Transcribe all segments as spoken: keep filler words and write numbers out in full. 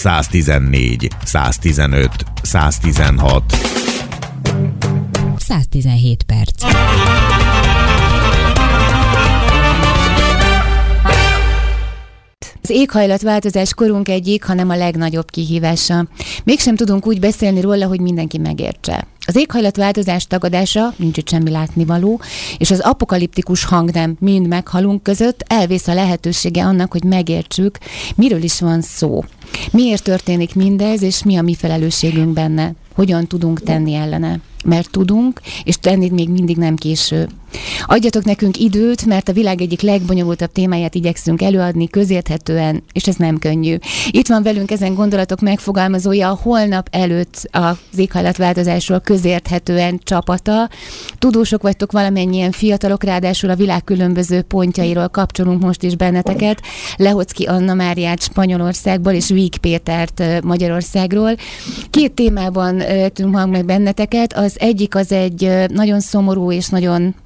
száztizennégy, száztizenöt, száztizenhat. száztizenhét perc. Az éghajlatváltozás korunk egyik, hanem a legnagyobb kihívása. Mégsem tudunk úgy beszélni róla, hogy mindenki megértse. Az éghajlatváltozás tagadása, nincs itt semmi látnivaló, és az apokaliptikus hangnem mind meghalunk között elvész a lehetősége annak, hogy megértsük, miről is van szó. Miért történik mindez, és mi a mi felelősségünk benne? Hogyan tudunk tenni ellene? Mert tudunk, és tenni még mindig nem késő. Adjatok nekünk időt, mert a világ egyik legbonyolultabb témáját igyekszünk előadni közérthetően, és ez nem könnyű. Itt van velünk ezen gondolatok megfogalmazója a holnap előtt az éghajlatváltozásról közérthetően csapata. Tudósok vagytok, valamennyien fiatalok, ráadásul a világ különböző pontjairól kapcsolunk most is benneteket. Lehocki Anna Máriát Spanyolországból, és Víg Pétert Magyarországról. Két témában tudunk hang meg benneteket. Az egyik az egy nagyon szomorú és nagyon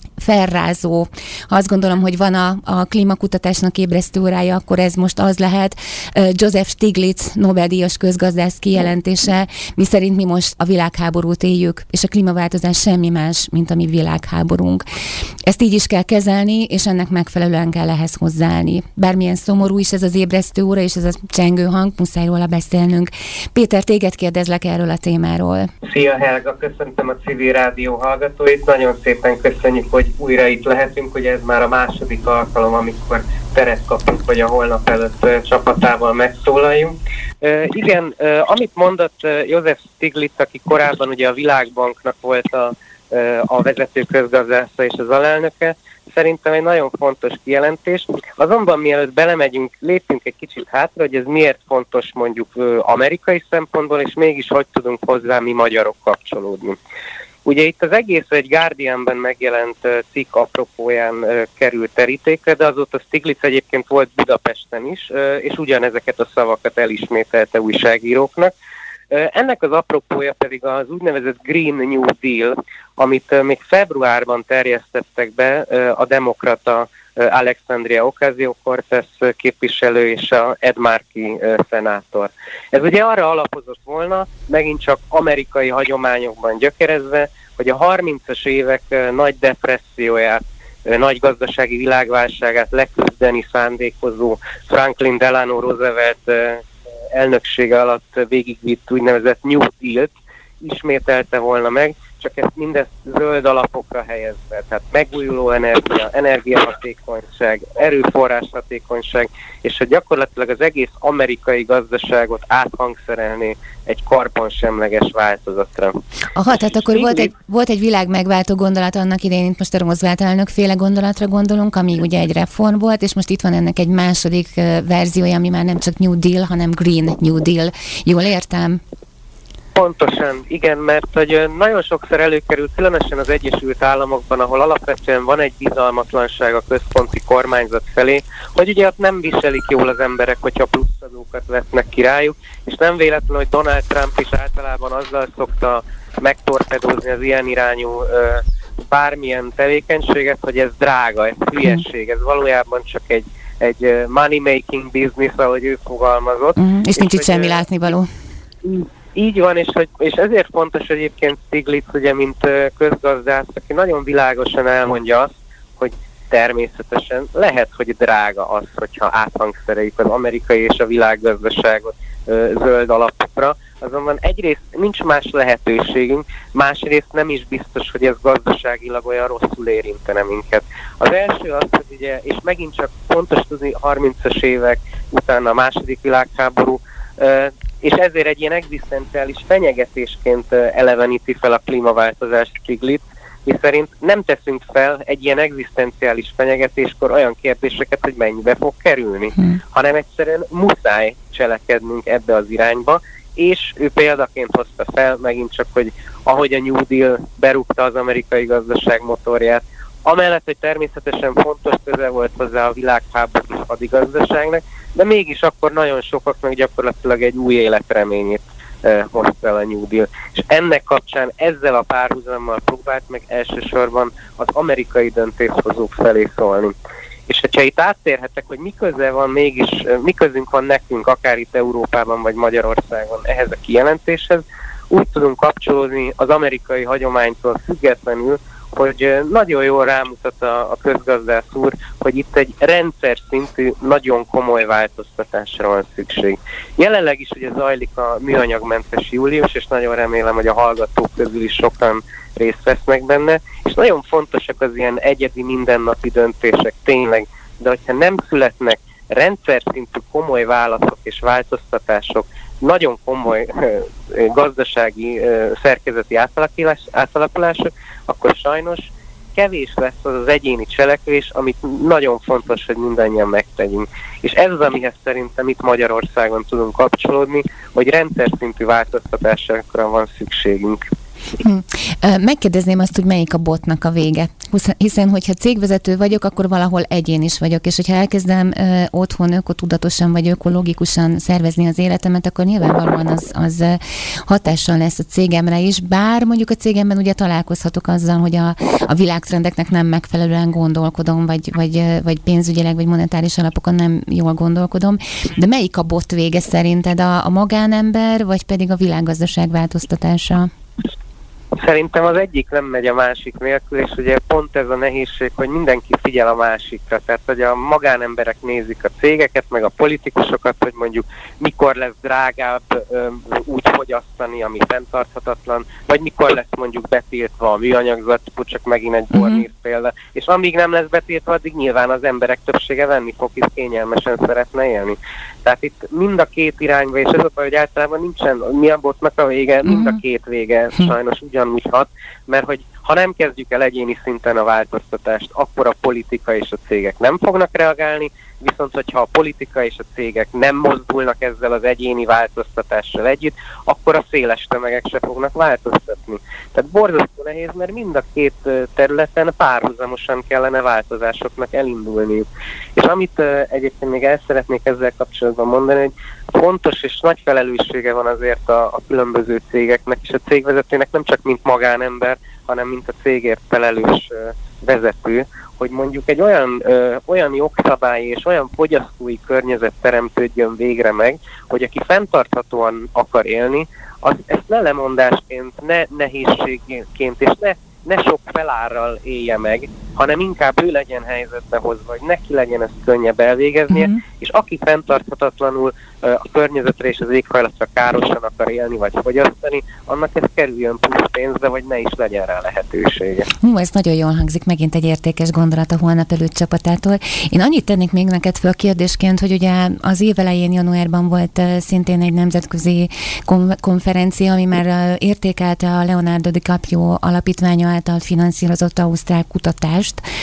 felrázó. Ha azt gondolom, hogy van a, a klímakutatásnak ébresztő órája, akkor ez most az lehet. Joseph Stiglitz Nobel-díjas közgazdász kijelentése, miszerint mi most a világháborút éljük, és a klímaváltozás semmi más, mint a mi világháborunk. Ezt így is kell kezelni, és ennek megfelelően kell ehhez hozzáállni. Bármilyen szomorú is ez az ébresztő óra, és ez a csengő hang, muszáj róla beszélnünk. Péter, téged kérdezlek erről a témáról. Szia Helga, köszöntöm a Civil Rádió hallgatóit. Nagyon szépen köszönjük, hogy újra itt lehetünk, hogy ez már a második alkalom, amikor teret kapunk, hogy a holnap előtt uh, csapatával megszólaljunk. Uh, igen, uh, amit mondott uh, Joseph Stiglitz, aki korábban ugye a Világbanknak volt a, uh, a vezető közgazdásza és az alelnöke, szerintem egy nagyon fontos kijelentés. Azonban mielőtt belemegyünk, lépjünk egy kicsit hátra, hogy ez miért fontos mondjuk uh, amerikai szempontból, és mégis hogy tudunk hozzá mi magyarok kapcsolódni. Ugye itt az egész egy Guardianben megjelent uh, cikk apropóján uh, került terítékre, de azóta Stiglitz egyébként volt Budapesten is, uh, és ugyanezeket a szavakat elismételte újságíróknak. Uh, ennek az apropója pedig az úgynevezett Green New Deal, amit uh, még februárban terjesztettek be uh, a demokrata uh, Alexandria Ocasio-Cortez képviselő és a Ed Markey uh, szenátor. Ez ugye arra alapozott volna, megint csak amerikai hagyományokban gyökerezve, hogy a harmincas évek uh, nagy depresszióját, uh, nagy gazdasági világválságát leküzdeni szándékozó Franklin Delano Roosevelt uh, elnöksége alatt végigvitt úgynevezett New Deal-t ismételte volna meg, csak ezt mindezt zöld alapokra helyezve. Tehát megújuló energia, energiahatékonyság, erőforráshatékonyság, és hogy gyakorlatilag az egész amerikai gazdaságot áthangszerelni egy karbonsemleges változatra. Aha, tehát akkor volt egy, volt egy világ megváltó gondolat annak idején, mint most a Roosevelt elnök féle gondolatra gondolunk, ami ugye egy reform volt, és most itt van ennek egy második verziója, ami már nem csak New Deal, hanem Green New Deal. Jól értem? Pontosan, igen, mert hogy nagyon sokszor előkerül, különösen az Egyesült Államokban, ahol alapvetően van egy bizalmatlanság a központi kormányzat felé, hogy ugye ott nem viselik jól az emberek, hogyha pluszadókat vesznek ki rájuk, és nem véletlen, hogy Donald Trump is általában azzal szokta megtorpedózni az ilyen irányú ö, bármilyen tevékenységet, hogy ez drága, ez hülyesség, ez valójában csak egy, egy money-making business, ahogy ő fogalmazott. Mm, és, és nincs itt hogy, semmi látnivaló. Így van, és, hogy, és ezért fontos egyébként Stiglitz, ugye, mint közgazdász, aki nagyon világosan elmondja azt, hogy természetesen lehet, hogy drága az, hogyha áthangszereljük az amerikai és a világgazdaságot ö, zöld alapokra, azonban egyrészt nincs más lehetőségünk, másrészt nem is biztos, hogy ez gazdaságilag olyan rosszul érintene minket. Az első az, hogy ugye, és megint csak fontos tudni, harmincas évek után a második világháború, ö, és ezért egy ilyen egzisztenciális fenyegetésként eleveníti fel a klímaváltozást Stiglitz, miszerint nem teszünk fel egy ilyen egzisztenciális fenyegetéskor olyan kérdéseket, hogy mennyibe fog kerülni, hmm. hanem egyszerűen muszáj cselekednünk ebbe az irányba, és ő példaként hozta fel megint csak, hogy ahogy a New Deal berúgta az amerikai gazdaság motorját, amellett, hogy természetesen fontos köze volt hozzá a világháborús hadigazdaságnak, de mégis akkor nagyon sokaknak gyakorlatilag egy új életreményét eh, hozta el a New Deal. És ennek kapcsán ezzel a párhuzammal próbált meg elsősorban az amerikai döntéshozók felé szólni. És hogyha itt áttérhetek, hogy mi köze van mégis, mi közünk van nekünk, akár itt Európában vagy Magyarországon ehhez a kijelentéshez, úgy tudunk kapcsolódni az amerikai hagyománytól függetlenül, hogy nagyon jól rámutat a, a közgazdász úr, hogy itt egy rendszer szintű, nagyon komoly változtatásra van szükség. Jelenleg is ugye zajlik a műanyagmentes július, és nagyon remélem, hogy a hallgatók közül is sokan részt vesznek benne, és nagyon fontosak az ilyen egyedi mindennapi döntések tényleg, de hogyha nem születnek rendszer szintű komoly válaszok és változtatások, nagyon komoly ö, gazdasági ö, szerkezeti átalakulások, akkor sajnos kevés lesz az az egyéni cselekvés, amit nagyon fontos, hogy mindannyian megtegyünk. És ez az, amihez szerintem itt Magyarországon tudunk kapcsolódni, hogy rendszer szintű változtatásokra van szükségünk. Hm. Megkérdezném azt, hogy melyik a botnak a vége. Hiszen, hogyha cégvezető vagyok, akkor valahol egyén is vagyok, és hogyha elkezdem ö, otthon ökotudatosan vagy ökológikusan szervezni az életemet, akkor nyilvánvalóan az, az hatással lesz a cégemre is, bár mondjuk a cégemben ugye találkozhatok azzal, hogy a, a világtrendeknek nem megfelelően gondolkodom, vagy, vagy, vagy pénzügyileg, vagy monetáris alapokon nem jól gondolkodom, de melyik a bot vége szerinted, a, a magánember, vagy pedig a világgazdaság változtatása? Szerintem az egyik nem megy a másik nélkül, és ugye pont ez a nehézség, hogy mindenki figyel a másikra. Tehát, hogy a magánemberek nézik a cégeket, meg a politikusokat, hogy mondjuk mikor lesz drágább ö, úgy fogyasztani, ami fenntarthatatlan, vagy mikor lesz mondjuk betiltva a műanyagzacskó, csak megint egy bornír példa. És amíg nem lesz betiltva, addig nyilván az emberek többsége venni fog, hisz kényelmesen szeretne élni. Tehát itt mind a két irányba, és ez az, hogy általában nincsen, mi a botnak a vége, mind a két vége sajnos ugyanúgy hat, mert hogy ha nem kezdjük el egyéni szinten a változtatást, akkor a politika és a cégek nem fognak reagálni, viszont hogyha a politika és a cégek nem mozdulnak ezzel az egyéni változtatással együtt, akkor a széles tömegek se fognak változtatni. Tehát borzasztó nehéz, mert mind a két területen párhuzamosan kellene változásoknak elindulniuk. És amit egyébként még el szeretnék ezzel kapcsolatban mondani, hogy fontos és nagy felelőssége van azért a, a különböző cégeknek, és a cégvezetőnek nem csak mint magánember, hanem mint a cégért felelős vezető, hogy mondjuk egy olyan, ö, olyan jogszabály és olyan fogyasztói környezet teremtődjön végre meg, hogy aki fenntarthatóan akar élni, az ezt ne lemondásként, ne nehézségként és ne, ne sok felárral élje meg, hanem inkább ő legyen helyzetbe hozva, hogy neki legyen ezt könnyebb elvégeznie, mm-hmm. és aki fenntarthatatlanul uh, a környezetre és az éghajlatra károsan akar élni vagy fogyasztani, annak ez kerüljön plusz pénzbe, vagy ne is legyen rá lehetősége. Hú, ez nagyon jól hangzik, megint egy értékes gondolat a Holnap Előtt csapatától. Én annyit tennék még neked föl kérdésként, hogy ugye az év elején januárban volt uh, szintén egy nemzetközi kon- konferencia, ami már uh, értékelte a Leonardo DiCaprio alapítványa által finanszírozott ausztrál kutatást,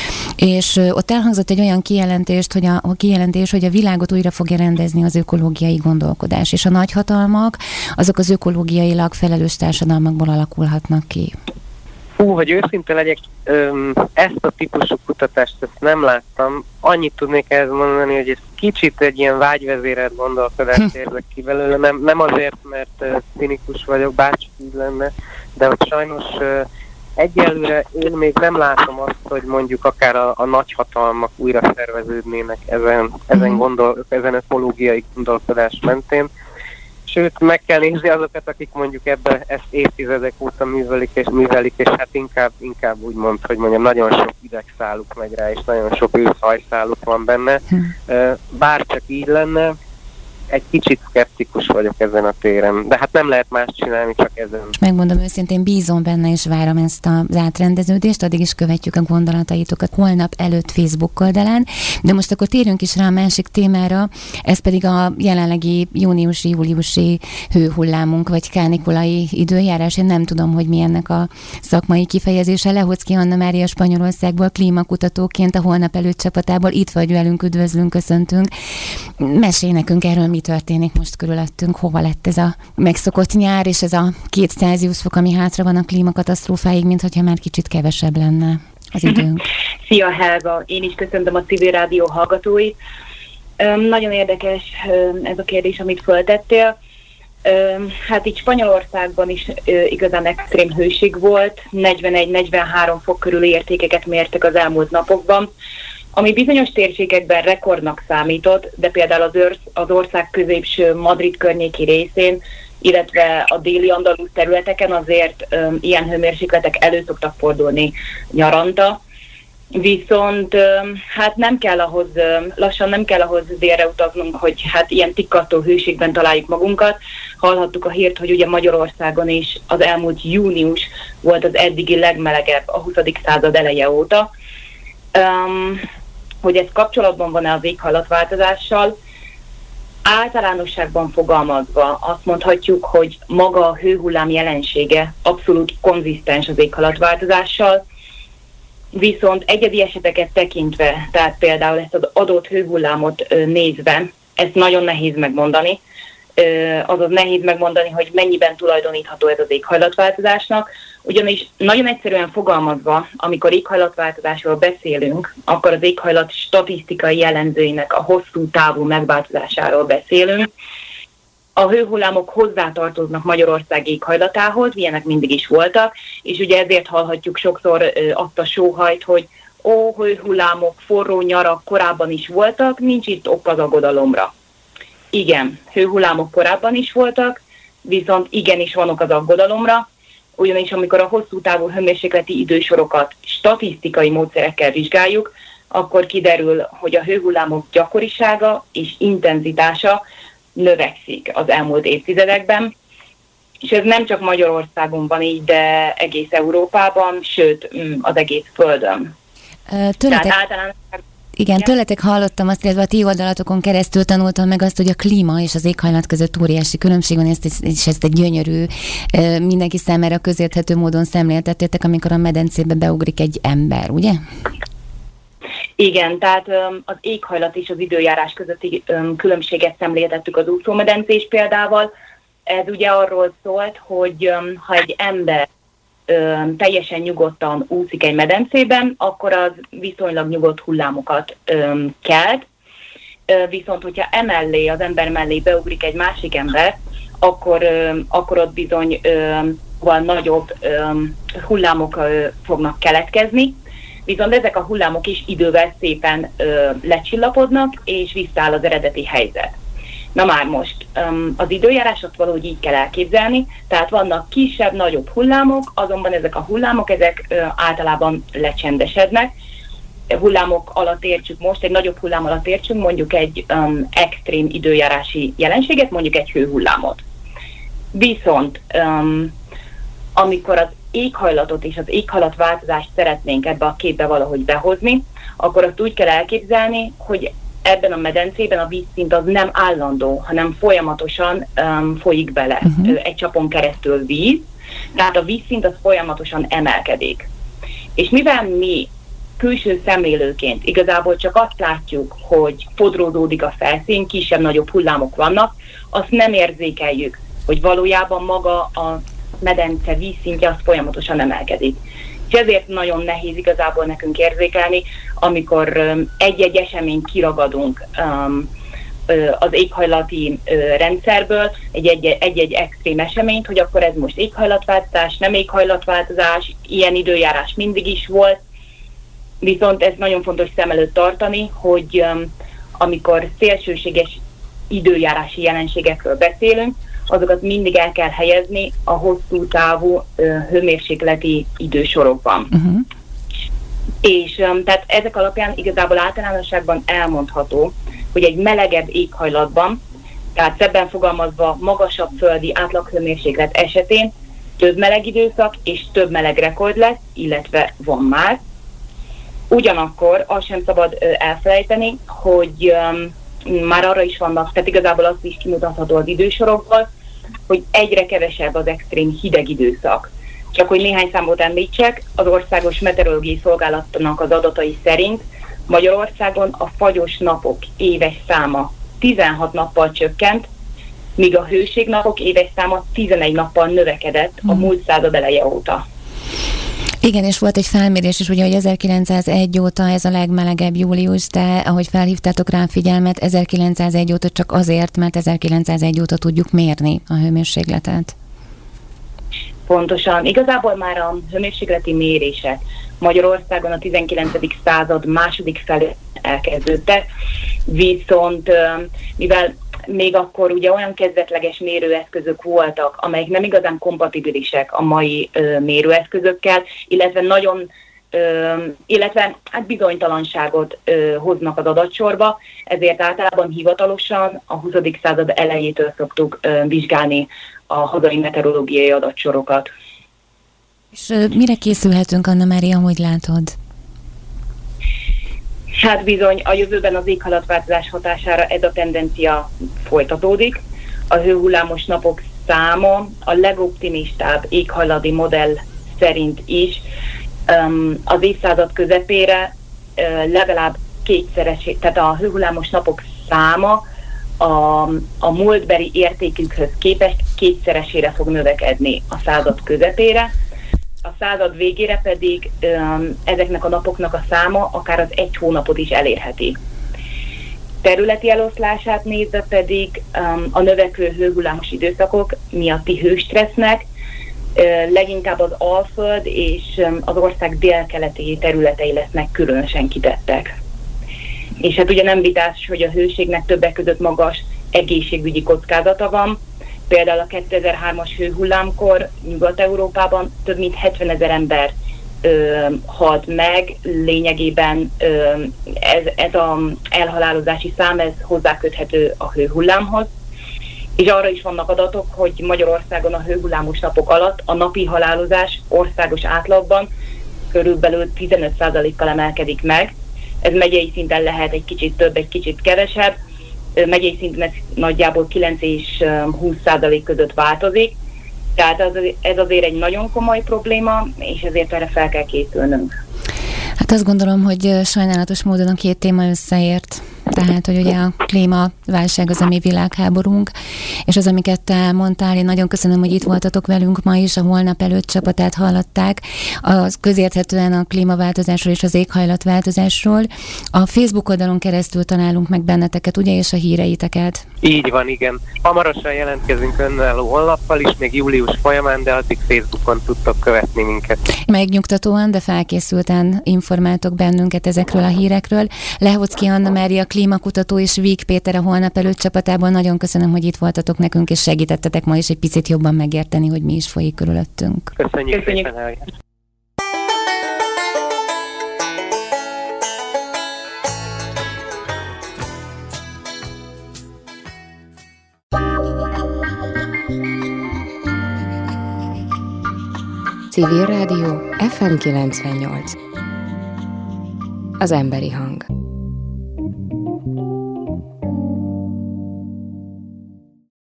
és ott elhangzott egy olyan kijelentést, hogy a, a kijelentés, hogy a világot újra fogja rendezni az ökológiai gondolkodás, és a nagyhatalmak azok az ökológiailag felelős társadalmakból alakulhatnak ki. Hú, hogy őszinte legyek, öm, ezt a típusú kutatást ezt nem láttam. Annyit tudnék ehhez mondani, hogy ez kicsit egy ilyen vágyvezérelt gondolkodást érzek ki belőle, nem, nem azért, mert uh, cinikus vagyok, bárcsak így lenne, de hogy sajnos uh, egyelőre én még nem látom azt, hogy mondjuk akár a, a nagyhatalmak újra szerveződnének ezen, ezen, gondol, ezen ökológiai gondolkodás mentén. Sőt, meg kell nézni azokat, akik mondjuk ebben ezt évtizedek óta művelik, és művelik, és hát inkább, inkább úgy mond, hogy mondjam, nagyon sok idegszáluk megy rá, és nagyon sok őszhajszáluk van benne. Bár csak így lenne, egy kicsit szkeptikus vagyok ezen a téren, de hát nem lehet más csinálni, csak ezen. Megmondom őszintén, bízom benne, és várom ezt az átrendeződést, addig is követjük a gondolataitokat Holnap Előtt Facebook oldalán, de most akkor térjünk is rá a másik témára, ez pedig a jelenlegi júniusi-júliusi hőhullámunk, vagy kánikulai időjárás. Én nem tudom, hogy mi ennek a szakmai kifejezése. Lehoczky Anna Mária Spanyolországból, klímakutatóként a Holnap Előtt csapatából itt vagy velünk, üdvözlünk, köszöntünk. Mesélj nekünk erről, mi történik most körülöttünk, hova lett ez a megszokott nyár, és ez a két Celsius fok, ami hátra van a klímakatasztrófáig, mint hogyha már kicsit kevesebb lenne az időnk. Szia Helga, én is köszöntöm a Civil Rádió hallgatóit. Üm, nagyon érdekes üm, ez a kérdés, amit föltettél. Üm, hát itt Spanyolországban is üm, igazán extrém hőség volt, negyvenegy-negyvenhárom fok körüli értékeket mértek az elmúlt napokban. ami bizonyos térségekben rekordnak számított, de például az, őr, az ország középső Madrid környéki részén, illetve a déli andalusz területeken azért um, ilyen hőmérsékletek elő szoktak fordulni nyaranta. Viszont um, hát nem kell ahhoz, um, lassan nem kell ahhoz délre utaznunk, hogy hát ilyen tikkasztó hőségben találjuk magunkat. Hallhattuk a hírt, hogy ugye Magyarországon is az elmúlt június volt az eddigi legmelegebb a huszadik század eleje óta. Um, hogy ez kapcsolatban van-e az éghajlatváltozással, általánosságban fogalmazva azt mondhatjuk, hogy maga a hőhullám jelensége abszolút konzisztens az éghajlatváltozással, viszont egyedi eseteket tekintve, tehát például ezt az adott hőhullámot nézve, ezt nagyon nehéz megmondani, azaz nehéz megmondani, hogy mennyiben tulajdonítható ez az éghajlatváltozásnak, ugyanis nagyon egyszerűen fogalmazva, amikor éghajlatváltozásról beszélünk, akkor az éghajlat statisztikai jellemzőinek a hosszú távú megváltozásáról beszélünk. A hőhullámok hozzátartoznak Magyarország éghajlatához, ilyenek mindig is voltak, és ugye ezért hallhatjuk sokszor azt a sóhajt, hogy ó, hőhullámok, forró nyarak korábban is voltak, nincs itt ok az aggodalomra. Igen, hőhullámok korábban is voltak, viszont igenis van ok az aggodalomra, ugyanis amikor a hosszú távú hőmérsékleti idősorokat statisztikai módszerekkel vizsgáljuk, akkor kiderül, hogy a hőhullámok gyakorisága és intenzitása növekszik az elmúlt évtizedekben, és ez nem csak Magyarországon van így, de egész Európában, sőt az egész Földön. Tőletek... Tehát általán... Igen, tőletek hallottam azt, illetve a ti oldalatokon keresztül tanultam meg azt, hogy a klíma és az éghajlat között óriási különbség van, és ezt egy gyönyörű, mindenki számára közérthető módon szemléltettétek, amikor a medencébe beugrik egy ember, ugye? Igen, tehát az éghajlat és az időjárás közötti különbséget szemléltettük az úszómedencés példával. Ez ugye arról szólt, hogy ha egy ember Ö, teljesen nyugodtan úszik egy medencében, akkor az viszonylag nyugodt hullámokat ö, kelt. Ö, viszont, hogyha emellé, az ember mellé beugrik egy másik ember, akkor, ö, akkor ott bizony ö, van nagyobb ö, hullámok ö, fognak keletkezni. Viszont ezek a hullámok is idővel szépen ö, lecsillapodnak, és visszaáll az eredeti helyzet. Na már most, az időjárásot valahogy így kell elképzelni, tehát vannak kisebb, nagyobb hullámok, azonban ezek a hullámok, ezek általában lecsendesednek. Hullámok alatt értsük most, egy nagyobb hullám alatt értsünk mondjuk egy um, extrém időjárási jelenséget, mondjuk egy hőhullámot. Viszont um, amikor az éghajlatot és az éghajlatváltozást szeretnénk ebbe a képbe valahogy behozni, akkor azt úgy kell elképzelni, hogy ebben a medencében a vízszint az nem állandó, hanem folyamatosan um, folyik bele uh-huh. egy csapon keresztül víz, tehát a vízszint az folyamatosan emelkedik. És mivel mi külső szemlélőként igazából csak azt látjuk, hogy fodródódik a felszín, kisebb-nagyobb hullámok vannak, azt nem érzékeljük, hogy valójában maga a medence vízszintje az folyamatosan emelkedik. És ezért nagyon nehéz igazából nekünk érzékelni, amikor um, egy-egy eseményt kiragadunk um, az éghajlati uh, rendszerből, egy-egy extrém eseményt, hogy akkor ez most éghajlatváltozás, nem éghajlatváltozás, ilyen időjárás mindig is volt, viszont ez nagyon fontos szem előtt tartani, hogy um, amikor szélsőséges időjárási jelenségekről beszélünk, azokat mindig el kell helyezni a hosszú távú uh, hőmérsékleti idősorokban. Uh-huh. És um, tehát ezek alapján igazából általánosságban elmondható, hogy egy melegebb éghajlatban, tehát szebben fogalmazva magasabb földi átlaghőmérséklet esetén több meleg időszak és több meleg rekord lesz, illetve van már. Ugyanakkor azt sem szabad uh, elfelejteni, hogy um, már arra is vannak, tehát igazából azt is kimutatható az idősorokból, hogy egyre kevesebb az extrém hideg időszak. Csak hogy néhány számot említsek, az Országos Meteorológiai Szolgálatnak az adatai szerint Magyarországon a fagyos napok éves száma tizenhat nappal csökkent, míg a hőségnapok éves száma tizenegy nappal növekedett a múlt század eleje óta. Igen, és volt egy felmérés is, ugye, hogy ezerkilencszázegy óta ez a legmelegebb július, de ahogy felhívtátok rá figyelmet, ezerkilencszázegy óta csak azért, mert ezerkilencszázegy óta tudjuk mérni a hőmérsékletet. Pontosan. Igazából már a hőmérsékleti mérések Magyarországon a tizenkilencedik század második felé elkezdődtek, viszont mivel még akkor ugye olyan kezdetleges mérőeszközök voltak, amelyek nem igazán kompatibilisek a mai ö, mérőeszközökkel, illetve nagyon, ö, illetve hát bizonytalanságot ö, hoznak az adatsorba, ezért általában hivatalosan a huszadik század elejétől szoktuk ö, vizsgálni a hazai meteorológiai adatsorokat. És ö, mire készülhetünk, Anna Mária, hogy látod? Hát bizony, a jövőben az éghajlatváltozás hatására ez a tendencia folytatódik. A hőhullámos napok száma a legoptimistább éghajlati modell szerint is um, az évszázad közepére uh, legalább kétszeres, tehát a hőhullámos napok száma a, a múltbeli értékükhöz képest kétszeresére fog növekedni a század közepére. A század végére pedig um, ezeknek a napoknak a száma akár az egy hónapot is elérheti. Területi eloszlását nézve pedig um, a növekvő hőhullámos időszakok miatti hőstressznek uh, leginkább az Alföld és um, az ország délkeleti területei lesznek különösen kitettek. És hát ugye nem vitás, hogy a hőségnek többek között magas egészségügyi kockázata van. Például a kétezer-hármas hőhullámkor Nyugat-Európában több mint hetvenezer ember ö, halt meg, lényegében ö, ez, ez az elhalálozási szám ez hozzáköthető a hőhullámhoz. És arra is vannak adatok, hogy Magyarországon a hőhullámos napok alatt a napi halálozás országos átlagban körülbelül tizenöt százalékkal emelkedik meg. Ez megyei szinten lehet egy kicsit több, egy kicsit kevesebb. Megyei szinten ez nagyjából kilenc és húsz százalék között változik. Tehát az, ez azért egy nagyon komoly probléma, és ezért erre fel kell készülnünk. Hát azt gondolom, hogy sajnálatos módon a két téma összeért. Tehát, hogy ugye a klímaválság az a mi világháborúnk, és az, amiket te mondtál, én nagyon köszönöm, hogy itt voltatok velünk ma is, a Holnap Előtt csapatát hallották, az közérthetően a klímaváltozásról és az éghajlatváltozásról. A Facebook oldalon keresztül találunk meg benneteket, ugye, és a híreiteket. Így van, igen. Hamarosan jelentkezünk önálló honlappal is, még július folyamán, de addig Facebookon tudtok követni minket. Megnyugtatóan, de felkészülten informáltok bennünket ezekről a hírekről. Lehocki Anna Mária klímakutató és Víg Péter a Holnap Előtt csapatából. Nagyon köszönöm, hogy itt voltatok nekünk, és segítettetek ma is egy picit jobban megérteni, hogy mi is folyik körülöttünk. Köszönjük, Köszönjük. szépen, Civil Rádió ef em kilencvennyolc. Az emberi hang.